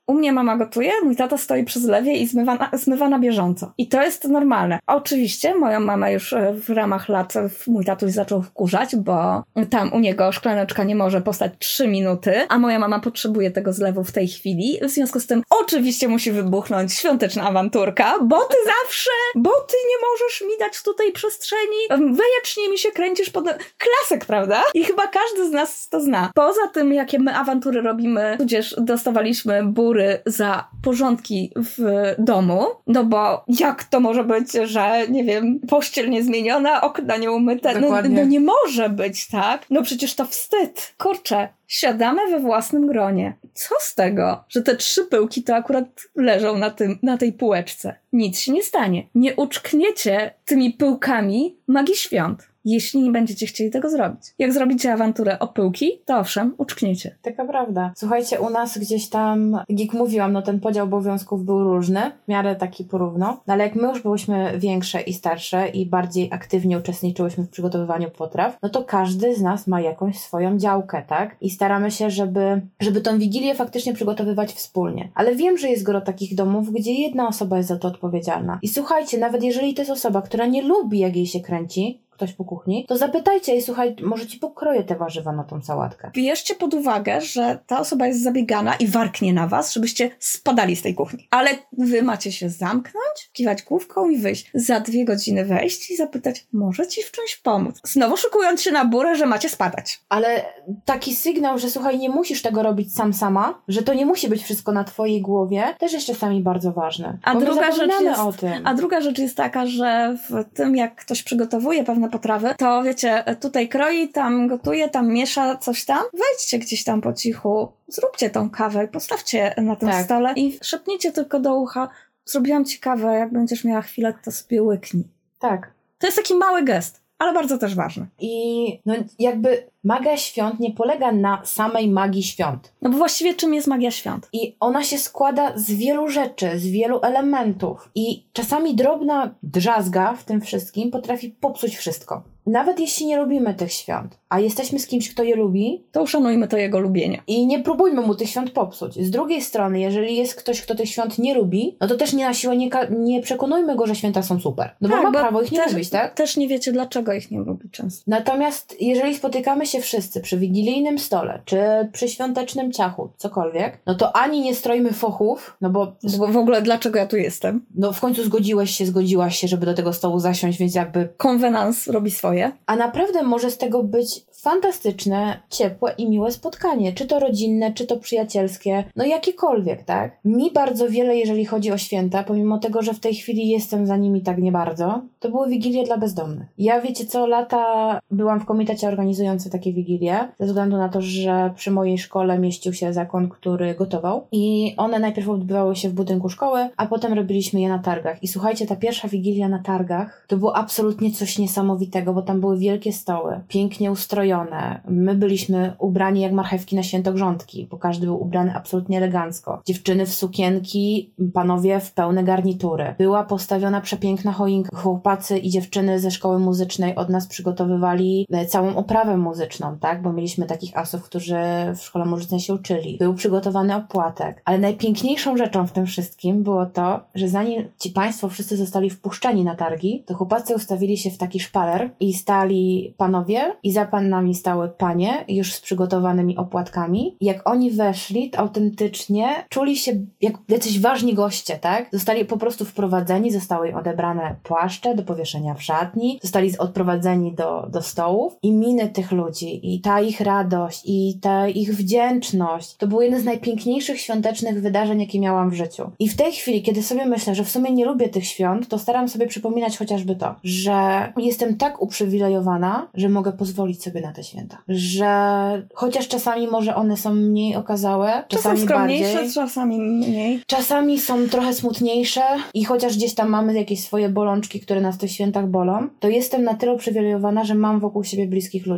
U mnie mama gotuje, mój tata stoi przy zlewie i zmywa na, zmywa na bieżąco. I to jest normalne. Oczywiście moją mamę już w ramach lat mój tatuś zaczął wkurzać, bo tam u niego szklaneczka nie może postać trzy minuty, a moja mama potrzebuje tego zlewu w tej chwili. W związku z tym oczywiście musi wybuchnąć świąteczna awanturka, bo ty zawsze, bo ty nie możesz mi dać tutaj przestrzeni, wyjacznie mi się kręcisz pod... Klasyk, prawda? I chyba każdy z nas to zna. Poza tym, jakie my awantury robimy, tudzież dostawaliśmy bury za porządki w domu, no bo jak to może być, że nie wiem, pościel niezmieniona, okna nieumyte, no, no nie może być, tak? No przecież to wstyd. Kurczę, siadamy we własnym gronie. Co z tego, że te trzy pyłki to akurat leżą na tym, na tej półeczce? Nic się nie stanie. Nie uczkniecie tymi pyłkami magii świąt, jeśli nie będziecie chcieli tego zrobić. Jak zrobicie awanturę o pyłki, to owszem, uczkniecie. Taka prawda. Słuchajcie, u nas gdzieś tam, jak mówiłam, no ten podział obowiązków był różny, w miarę taki porówno, no ale jak my już byłyśmy większe i starsze i bardziej aktywnie uczestniczyłyśmy w przygotowywaniu potraw, no to każdy z nas ma jakąś swoją działkę, tak? I staramy się, żeby, żeby tą Wigilię faktycznie przygotowywać wspólnie. Ale wiem, że jest gro takich domów, gdzie jedna osoba jest za to odpowiedzialna. I słuchajcie, nawet jeżeli to jest osoba, która nie lubi, jak jej się kręci, ktoś po kuchni, to zapytajcie jej, słuchaj, może ci pokroję te warzywa na tą sałatkę. Bierzcie pod uwagę, że ta osoba jest zabiegana i warknie na was, żebyście spadali z tej kuchni. Ale wy macie się zamknąć, kiwać główką i wyjść. Za dwie godziny wejść i zapytać, może ci w czymś pomóc. Znowu szykując się na burę, że macie spadać. Ale taki sygnał, że słuchaj, nie musisz tego robić sam sama, że to nie musi być wszystko na twojej głowie, też jest czasami bardzo ważne. A druga rzecz jest, o tym. A druga rzecz jest taka, że w tym, jak ktoś przygotowuje pewne potrawy, to wiecie, tutaj kroi, tam gotuje, tam miesza coś tam. Wejdźcie gdzieś tam po cichu, zróbcie tą kawę i postawcie na tym tak. stole i szepnijcie tylko do ucha, zrobiłam ci kawę, jak będziesz miała chwilę, to sobie łyknij. Tak. To jest taki mały gest, ale bardzo też ważny. I no jakby magia świąt nie polega na samej magii świąt. No bo właściwie czym jest magia świąt? I ona się składa z wielu rzeczy, z wielu elementów. I czasami drobna drzazga w tym wszystkim potrafi popsuć wszystko. Nawet jeśli nie lubimy tych świąt, a jesteśmy z kimś, kto je lubi, to uszanujmy to jego lubienie. I nie próbujmy mu tych świąt popsuć. Z drugiej strony, jeżeli jest ktoś, kto tych świąt nie lubi, no to też nie na siłę nie, ka- nie przekonujmy go, że święta są super. No tak, bo ma bo prawo ich nie też, lubić, tak? Też nie wiecie, dlaczego ich nie lubi często. Natomiast jeżeli spotykamy się wszyscy przy wigilijnym stole, czy przy świątecznym ciachu, cokolwiek, no to ani nie strojmy fochów, no bo... Bo w ogóle dlaczego ja tu jestem? No w końcu zgodziłeś się, zgodziłaś się, żeby do tego stołu zasiąść, więc jakby... Konwenans robi swoje. A naprawdę może z tego być fantastyczne, ciepłe i miłe spotkanie. Czy to rodzinne, czy to przyjacielskie, no jakiekolwiek, tak? Mi bardzo wiele, jeżeli chodzi o święta, pomimo tego, że w tej chwili jestem za nimi tak nie bardzo, to były wigilie dla bezdomnych. Ja wiecie co, lata byłam w komitecie organizującym takie wigilie, ze względu na to, że przy mojej szkole mieścił się zakon, który gotował i one najpierw odbywały się w budynku szkoły, a potem robiliśmy je na targach. I słuchajcie, ta pierwsza wigilia na targach to było absolutnie coś niesamowitego, bo tam były wielkie stoły, pięknie ustrojone. My byliśmy ubrani jak marchewki na świętogrządki, bo każdy był ubrany absolutnie elegancko. Dziewczyny w sukienki, panowie w pełne garnitury. Była postawiona przepiękna choinka. Chłopacy i dziewczyny ze szkoły muzycznej od nas przygotowywali całą oprawę muzyczną, tak? Bo mieliśmy takich asów, którzy w szkole muzycznej się uczyli. Był przygotowany opłatek. Ale najpiękniejszą rzeczą w tym wszystkim było to, że zanim ci państwo wszyscy zostali wpuszczeni na targi, to chłopacy ustawili się w taki szpaler i stali panowie i za panami stały panie już z przygotowanymi opłatkami. I jak oni weszli, to autentycznie czuli się jak jacyś ważni goście, tak? Zostali po prostu wprowadzeni, zostały im odebrane płaszcze do powieszenia w szatni, zostali odprowadzeni do, do stołów i miny tych ludzi i ta ich radość i ta ich wdzięczność to było jedno z najpiękniejszych świątecznych wydarzeń, jakie miałam w życiu. I w tej chwili, kiedy sobie myślę, że w sumie nie lubię tych świąt, to staram sobie przypominać chociażby to, że jestem tak uprzywilejowana, że mogę pozwolić sobie na te święta. Że chociaż czasami może one są mniej okazałe, czasami skromniejsze, bardziej, czasami mniej. Czasami są trochę smutniejsze i chociaż gdzieś tam mamy jakieś swoje bolączki, które nas w tych świętach bolą, to jestem na tyle uprzywilejowana, że mam wokół siebie bliskich ludzi. Że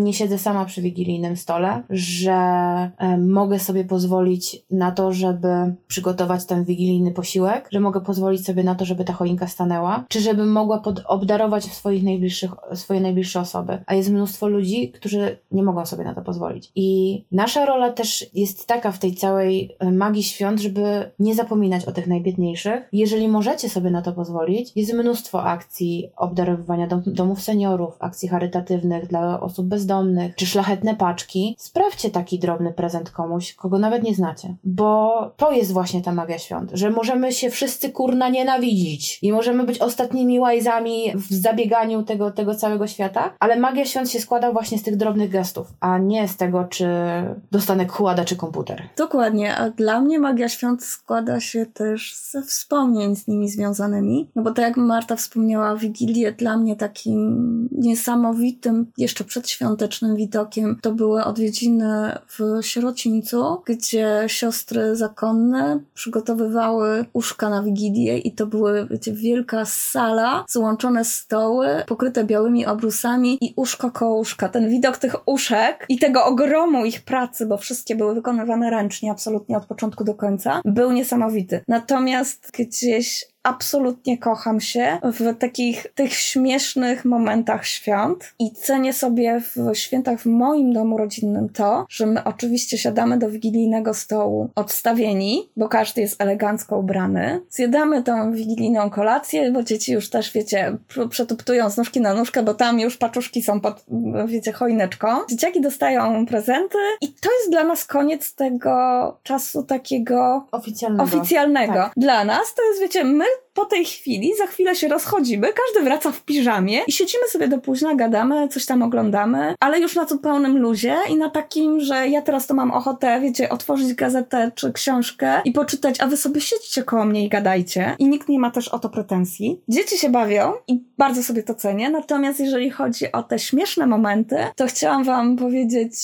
nie siedzę sama przy wigilijnym stole, że e, mogę sobie pozwolić na to, żeby przygotować ten wigilijny posiłek, że mogę pozwolić sobie na to, żeby ta choinka stanęła, czy żebym mogła pod, obdarować swoich najbliższych, swoje najbliższe osoby. A jest mnóstwo ludzi, którzy nie mogą sobie na to pozwolić. I nasza rola też jest taka w tej całej magii świąt, żeby nie zapominać o tych najbiedniejszych. Jeżeli możecie sobie na to pozwolić, jest mnóstwo akcji obdarowywania dom, domów seniorów, akcji charytatywnych dla osób bezdomnych, czy szlachetne paczki. Sprawdźcie taki drobny prezent komuś, kogo nawet nie znacie. Bo to jest właśnie ta magia świąt, że możemy się wszyscy kurna nienawidzić i możemy być ostatnimi łajzami w zabieganiu tego, tego całego świata, ale magia świąt się składa właśnie z tych drobnych gestów, a nie z tego, czy dostanę kłada, czy komputer. Dokładnie, a dla mnie magia świąt składa się też ze wspomnień z nimi związanymi, no bo tak jak Marta wspomniała, Wigilię dla mnie takim niesamowitym, jeszcze przedświątecznym widokiem to były odwiedziny w sierocińcu, gdzie siostry zakonne przygotowywały uszka na Wigilię i to były, wiecie, wielka sala, złączone stoły, pokryte białymi obrusami i uszko koło uszka. Ten widok tych uszek i tego ogromu ich pracy, bo wszystkie były wykonywane ręcznie, absolutnie od początku do końca, był niesamowity. Natomiast gdzieś absolutnie kocham się w takich tych śmiesznych momentach świąt i cenię sobie w świętach w moim domu rodzinnym to, że my oczywiście siadamy do wigilijnego stołu odstawieni, bo każdy jest elegancko ubrany. Zjadamy tą wigilijną kolację, bo dzieci już też, wiecie, przetuptują z nóżki na nóżkę, bo tam już paczuszki są pod, wiecie, choineczką. Dzieciaki dostają prezenty i to jest dla nas koniec tego czasu takiego oficjalnego. oficjalnego. Tak. Dla nas to jest, wiecie, my po tej chwili za chwilę się rozchodzimy, każdy wraca w piżamie i siedzimy sobie do późna, gadamy, coś tam oglądamy, ale już na zupełnym luzie i na takim, że ja teraz to mam ochotę, wiecie, otworzyć gazetę czy książkę i poczytać, a wy sobie siedźcie koło mnie i gadajcie. I nikt nie ma też o to pretensji. Dzieci się bawią i bardzo sobie to cenię, natomiast jeżeli chodzi o te śmieszne momenty, to chciałam wam powiedzieć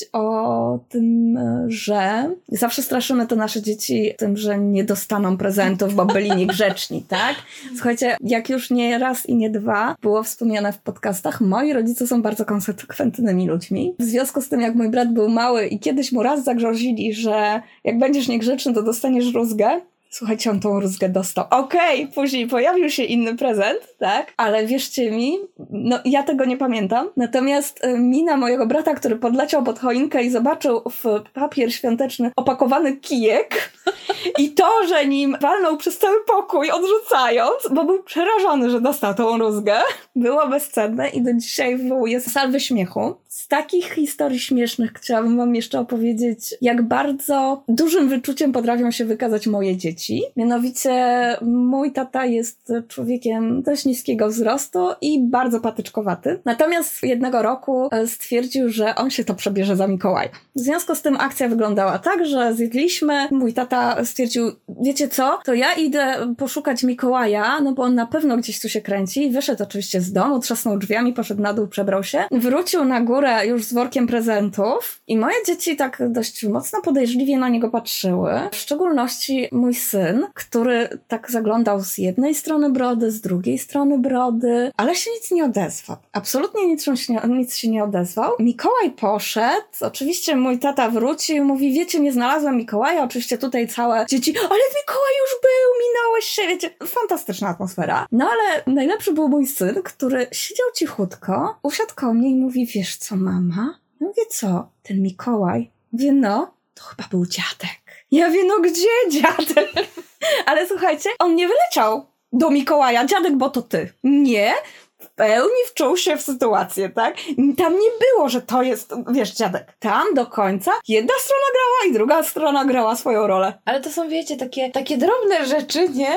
o tym, że zawsze straszymy to nasze dzieci tym, że nie dostaną prezentów, bo byli niegrzeczni, tak? Słuchajcie, jak już nie raz i nie dwa było wspomniane w podcastach, moi rodzice są bardzo konsekwentnymi ludźmi. W związku z tym, jak mój brat był mały i kiedyś mu raz zagrozili, że jak będziesz niegrzeczny, to dostaniesz rózgę. Słuchajcie, on tą rózgę dostał. Okej, okay, później pojawił się inny prezent, tak? Ale wierzcie mi, no ja tego nie pamiętam. Natomiast y, mina mojego brata, który podleciał pod choinkę i zobaczył w papier świąteczny opakowany kijek i to, że nim walnął przez cały pokój, odrzucając, bo był przerażony, że dostał tą rózgę, było bezcenne i do dzisiaj wywołuje salwy śmiechu. Z takich historii śmiesznych chciałabym wam jeszcze opowiedzieć, jak bardzo dużym wyczuciem potrafią się wykazać moje dzieci. Mianowicie mój tata jest człowiekiem dość niskiego wzrostu i bardzo patyczkowaty. Natomiast jednego roku stwierdził, że on się to przebierze za Mikołaja. W związku z tym akcja wyglądała tak, że zjedliśmy. Mój tata stwierdził, wiecie co, to ja idę poszukać Mikołaja, no bo on na pewno gdzieś tu się kręci. Wyszedł oczywiście z domu, trzasnął drzwiami, poszedł na dół, przebrał się. Wrócił na górę już z workiem prezentów i moje dzieci tak dość mocno podejrzliwie na niego patrzyły. W szczególności mój syn, który tak zaglądał z jednej strony brody, z drugiej strony brody, ale się nic nie odezwał. Absolutnie nic się, nic się nie odezwał. Mikołaj poszedł, oczywiście mój tata wrócił, mówi, wiecie, nie znalazłem Mikołaja, oczywiście tutaj całe dzieci, ale Mikołaj już był, minąłeś się, wiecie, fantastyczna atmosfera. No ale najlepszy był mój syn, który siedział cichutko, usiadł koło mnie i mówi, wiesz co, mama? Ja mówię, co? Ten Mikołaj? Mówię, no, to chyba był dziadek. Ja wiem, no gdzie dziadek? Ale słuchajcie, on nie wyleciał do Mikołaja, dziadek, bo to ty. Nie, w pełni wczuł się w sytuację, tak? Tam nie było, że to jest, wiesz, dziadek. Tam do końca jedna strona grała i druga strona grała swoją rolę. Ale to są, wiecie, takie, takie drobne rzeczy, nie?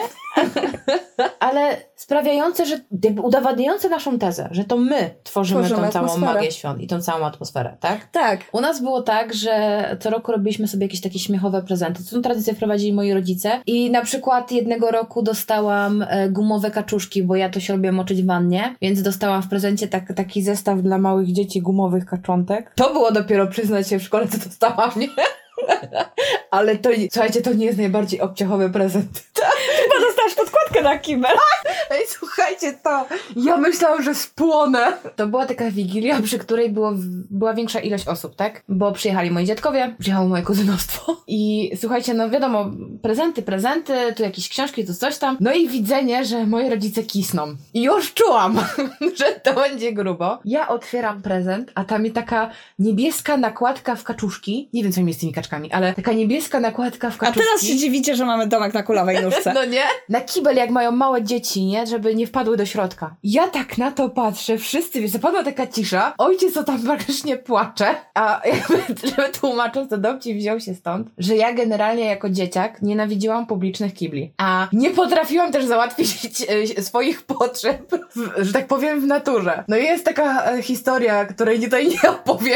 Ale sprawiające, że jakby udowadniające naszą tezę, że to my tworzymy, tworzymy tą całą magię świąt i tą całą atmosferę, tak? Tak. U nas było tak, że co roku robiliśmy sobie jakieś takie śmiechowe prezenty. Tą tradycję wprowadzili moi rodzice i na przykład jednego roku dostałam e, gumowe kaczuszki, bo ja to się lubię moczyć w wannie, więc dostałam w prezencie tak, taki zestaw dla małych dzieci gumowych kaczątek. To było dopiero, przyznać się, w szkole, co dostałam, nie? Ale to, słuchajcie, to nie jest najbardziej obciachowy prezent. Chyba dostałaś wkładasz podkładkę na kibel. Ej, słuchajcie, to ja myślałam, że spłonę. To była taka wigilia, przy której było, była większa ilość osób, tak? Bo przyjechali moi dziadkowie, przyjechało moje kuzynostwo i słuchajcie, no wiadomo, prezenty, prezenty, tu jakieś książki, tu coś tam. No i widzenie, że moi rodzice kisną. I już czułam, że to będzie grubo. Ja otwieram prezent, a tam jest taka niebieska nakładka w kaczuszki. Nie wiem, co mi jest z tymi kaczkami, ale taka niebieska nakładka w kaczuszki. A teraz się dziwicie, że mamy domek na kulawej nóżce. No nie? Na kibel, jak mają małe dzieci, nie? Żeby nie wpadły do środka. Ja tak na to patrzę, wszyscy, wiesz, zapadła taka cisza, ojciec to tam praktycznie płacze, a jakby, żeby tłumacząc, to dowcip wziął się stąd, że ja generalnie jako dzieciak nienawidziłam publicznych kibli, a nie potrafiłam też załatwić e, swoich potrzeb, w, że tak powiem, w naturze. No i jest taka e, historia, której tutaj nie opowiem.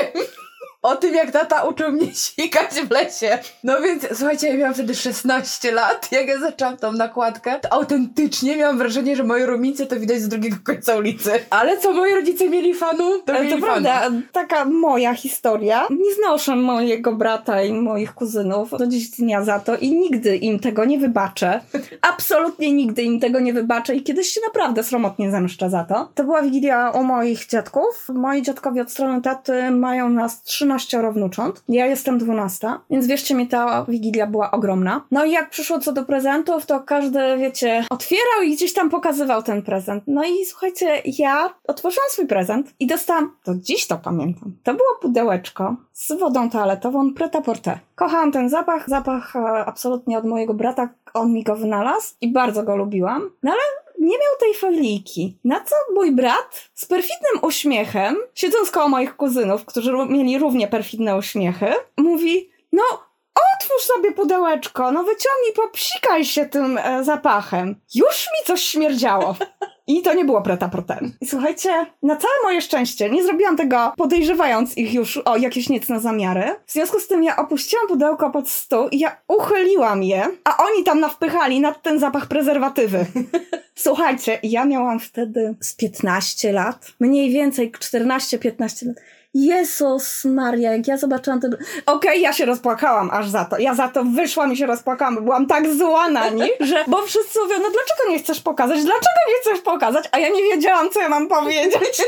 O tym, jak tata uczył mnie sikać w lesie. No więc, słuchajcie, ja miałam wtedy szesnaście lat. Jak ja zaczęłam tą nakładkę, to autentycznie miałam wrażenie, że moje rumience to widać z drugiego końca ulicy. Ale co, moi rodzice mieli fanu? To Ale mieli to fanu. prawda, taka moja historia. Nie znoszę mojego brata i moich kuzynów do dziś dnia za to i nigdy im tego nie wybaczę. Absolutnie nigdy im tego nie wybaczę i kiedyś się naprawdę sromotnie zemszczę za to. To była wigilia u moich dziadków. Moi dziadkowie od strony taty mają nas trzynaście wnucząt. Ja jestem dwunasta, więc wierzcie mi, ta wigilia była ogromna. No i jak przyszło co do prezentów, to każdy, wiecie, otwierał i gdzieś tam pokazywał ten prezent. No i słuchajcie, ja otworzyłam swój prezent i dostałam, to dziś to pamiętam, to było pudełeczko z wodą toaletową Pret-a-Porter. Kochałam ten zapach, zapach e, absolutnie od mojego brata, on mi go wynalazł i bardzo go lubiłam. No ale nie miał tej folijki. Na co mój brat z perfidnym uśmiechem, siedząc koło moich kuzynów, którzy mieli równie perfidne uśmiechy, mówi, no otwórz sobie pudełeczko, no wyciągnij, popsikaj się tym e, zapachem. Już mi coś śmierdziało. I to nie było Pret-a-Porter. I słuchajcie, na całe moje szczęście nie zrobiłam tego podejrzewając ich już o jakieś niecne zamiary. W związku z tym ja opuściłam pudełko pod stół i ja uchyliłam je, a oni tam nawpychali nad ten zapach prezerwatywy. Słuchajcie, ja miałam wtedy z piętnaście lat, mniej więcej czternaście piętnaście lat. Jezus Maria, jak ja zobaczyłam to... Okej, okay, ja się rozpłakałam aż za to. Ja za to wyszłam i się rozpłakałam, bo byłam tak zła na nich, że... Bo wszyscy mówią, no dlaczego nie chcesz pokazać? Dlaczego nie chcesz pokazać? A ja nie wiedziałam, co ja mam powiedzieć.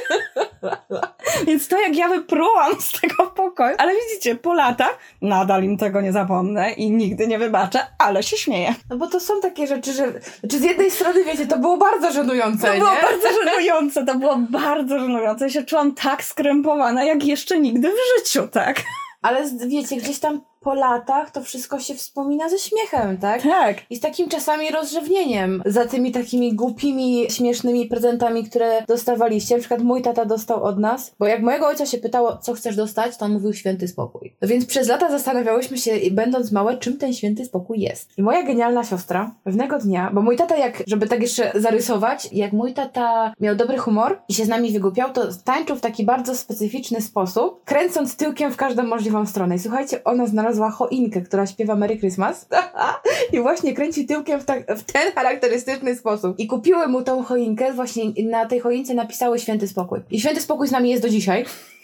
Więc to, jak ja wyprułam z tego pokoju... Ale widzicie, po latach nadal im tego nie zapomnę i nigdy nie wybaczę, ale się śmieję. No bo to są takie rzeczy, że... Znaczy z jednej strony, wiecie, to było bardzo żenujące, To nie? było bardzo żenujące, to było bardzo żenujące. Ja się czułam tak skrępowana, jak jeszcze nigdy w życiu, tak? Ale wiecie, gdzieś tam po latach to wszystko się wspomina ze śmiechem, tak? Tak. I z takim czasami rozrzewnieniem za tymi takimi głupimi, śmiesznymi prezentami, które dostawaliście. Na przykład mój tata dostał od nas, bo jak mojego ojca się pytało, co chcesz dostać, to on mówił święty spokój. No więc przez lata zastanawiałyśmy się, będąc małe, czym ten święty spokój jest. I moja genialna siostra pewnego dnia, bo mój tata, jak, żeby tak jeszcze zarysować, jak mój tata miał dobry humor i się z nami wygłupiał, to tańczył w taki bardzo specyficzny sposób, kręcąc tyłkiem w każdą możliwą stronę. I słuchajcie, ona znalazła choinkę, która śpiewa Merry Christmas i właśnie kręci tyłkiem w, tak, w ten charakterystyczny sposób. I kupiły mu tą choinkę, właśnie na tej choince napisały święty spokój. I święty spokój z nami jest do dzisiaj.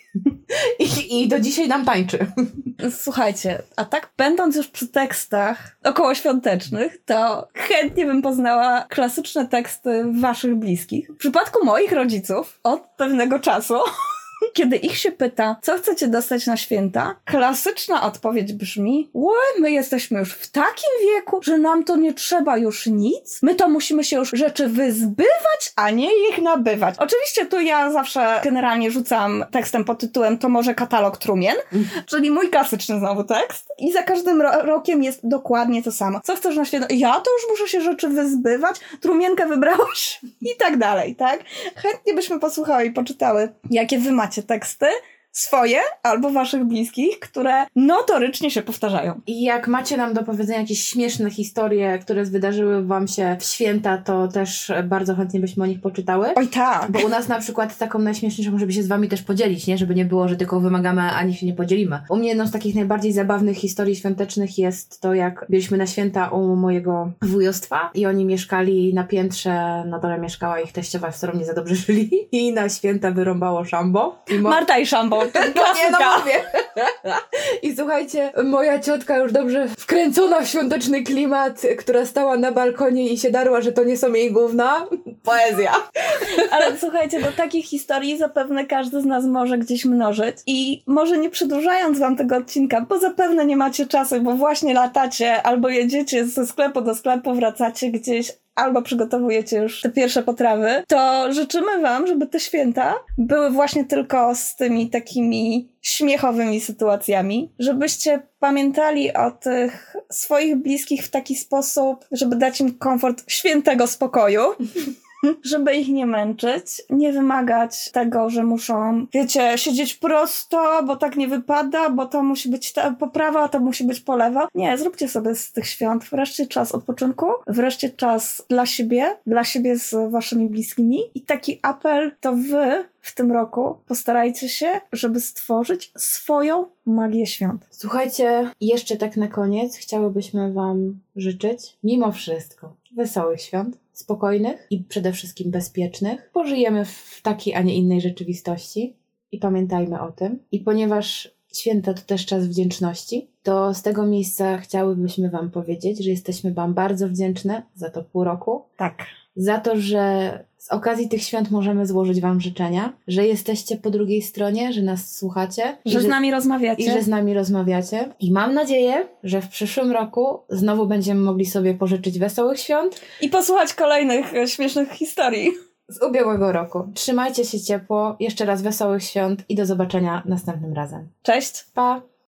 I, I do dzisiaj nam tańczy. Słuchajcie, a tak będąc już przy tekstach okołoświątecznych, to chętnie bym poznała klasyczne teksty waszych bliskich. W przypadku moich rodziców od pewnego czasu, kiedy ich się pyta, co chcecie dostać na święta, klasyczna odpowiedź brzmi: oj, my jesteśmy już w takim wieku, że nam to nie trzeba już nic. My to musimy się już rzeczy wyzbywać, a nie ich nabywać. Oczywiście tu ja zawsze generalnie rzucam tekstem pod tytułem to może katalog trumien, mm. czyli mój klasyczny znowu tekst. I za każdym ro- rokiem jest dokładnie to samo. Co chcesz na święta? Ja to już muszę się rzeczy wyzbywać, trumienkę wybrałaś i tak dalej, tak? Chętnie byśmy posłuchały i poczytały, jakie wy macie teksty swoje albo waszych bliskich, które notorycznie się powtarzają. I jak macie nam do powiedzenia jakieś śmieszne historie, które wydarzyły wam się w święta, to też bardzo chętnie byśmy o nich poczytały. Oj tak. Bo u nas na przykład taką najśmieszniejszą, żeby się z wami też podzielić, nie? Żeby nie było, że tylko wymagamy, ani się nie podzielimy. U mnie jedną z takich najbardziej zabawnych historii świątecznych jest to, jak byliśmy na święta u mojego wujostwa i oni mieszkali na piętrze, na dole mieszkała ich teściowa, z którą nie za dobrze żyli i na święta wyrąbało szambo. I mo- Marta i szambo. czyli No nie, no klasyka. mówię. I słuchajcie, moja ciotka już dobrze wkręcona w świąteczny klimat, która stała na balkonie i się darła, że to nie są jej gówna. Poezja. Ale słuchajcie, do takich historii zapewne każdy z nas może gdzieś mnożyć. I może nie przedłużając wam tego odcinka, bo zapewne nie macie czasu, bo właśnie latacie albo jedziecie ze sklepu do sklepu, wracacie gdzieś, albo przygotowujecie już te pierwsze potrawy, to życzymy wam, żeby te święta były właśnie tylko z tymi takimi śmiechowymi sytuacjami, żebyście pamiętali o tych swoich bliskich w taki sposób, żeby dać im komfort świętego spokoju, żeby ich nie męczyć, nie wymagać tego, że muszą, wiecie, siedzieć prosto, bo tak nie wypada, bo to musi być ta poprawa, a to musi być polewa. Nie, zróbcie sobie z tych świąt wreszcie czas odpoczynku, wreszcie czas dla siebie, dla siebie z waszymi bliskimi i taki apel to wy w tym roku postarajcie się, żeby stworzyć swoją magię świąt. Słuchajcie, jeszcze tak na koniec chciałybyśmy wam życzyć, mimo wszystko, wesołych świąt, spokojnych i przede wszystkim bezpiecznych. Pożyjemy w takiej, a nie innej rzeczywistości i pamiętajmy o tym. I ponieważ święta to też czas wdzięczności, to z tego miejsca chciałybyśmy wam powiedzieć, że jesteśmy wam bardzo wdzięczne za to pół roku. Tak. Za to, że z okazji tych świąt możemy złożyć wam życzenia, że jesteście po drugiej stronie, że nas słuchacie. Że i z nami rozmawiacie. I że z nami rozmawiacie. I mam nadzieję, że w przyszłym roku znowu będziemy mogli sobie pożyczyć wesołych świąt. I posłuchać kolejnych e, śmiesznych historii. Z ubiegłego roku. Trzymajcie się ciepło, jeszcze raz wesołych świąt i do zobaczenia następnym razem. Cześć! Pa!